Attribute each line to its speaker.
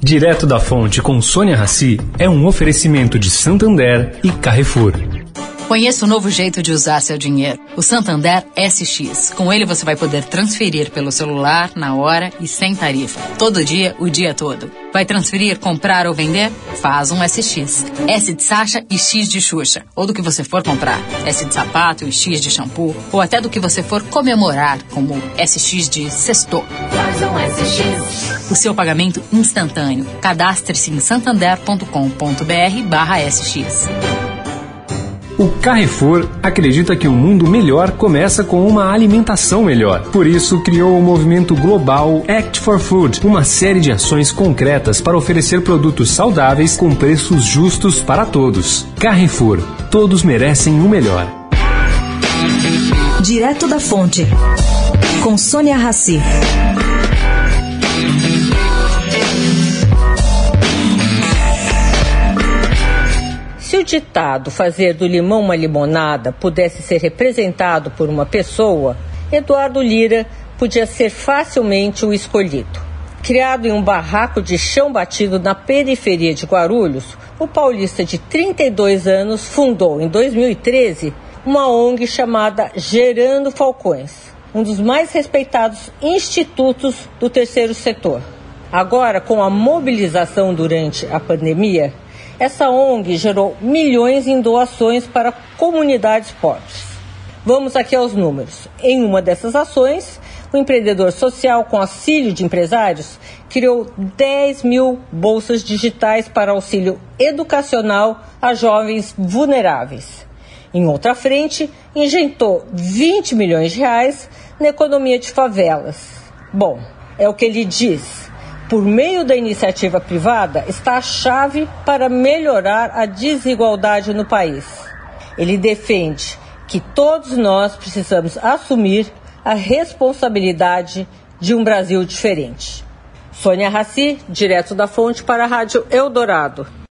Speaker 1: Direto da Fonte com Sônia Rassi é um oferecimento de Santander e Carrefour.
Speaker 2: Conheça o novo jeito de usar seu dinheiro, o Santander SX. Com ele você vai poder transferir pelo celular, na hora e sem tarifa. Todo dia, o dia todo. Vai transferir, comprar ou vender? Faz um SX. S de Sacha e X de Xuxa. Ou do que você for comprar. S de sapato e X de shampoo. Ou até do que você for comemorar, como SX de sexto.
Speaker 3: Faz um SX.
Speaker 2: O seu pagamento instantâneo. Cadastre-se em santander.com.br/SX.
Speaker 1: O Carrefour acredita que um mundo melhor começa com uma alimentação melhor. Por isso, criou o movimento global Act for Food, uma série de ações concretas para oferecer produtos saudáveis com preços justos para todos. Carrefour, todos merecem o melhor.
Speaker 4: Direto da Fonte, com Sônia Rassi.
Speaker 5: Se o ditado fazer do limão uma limonada pudesse ser representado por uma pessoa, Eduardo Lira podia ser facilmente o escolhido. Criado em um barraco de chão batido na periferia de Guarulhos, o paulista de 32 anos fundou, em 2013, uma ONG chamada Gerando Falcões, um dos mais respeitados institutos do terceiro setor. Agora, com a mobilização durante a pandemia, essa ONG gerou milhões em doações para comunidades pobres. Vamos aqui aos números. Em uma dessas ações, o empreendedor social com auxílio de empresários criou 10 mil bolsas digitais para auxílio educacional a jovens vulneráveis. Em outra frente, injetou 20 milhões de reais na economia de favelas. Bom, é o que ele diz. Por meio da iniciativa privada, está a chave para melhorar a desigualdade no país. Ele defende que todos nós precisamos assumir a responsabilidade de um Brasil diferente. Sônia Rassi, direto da Fonte para a Rádio Eldorado.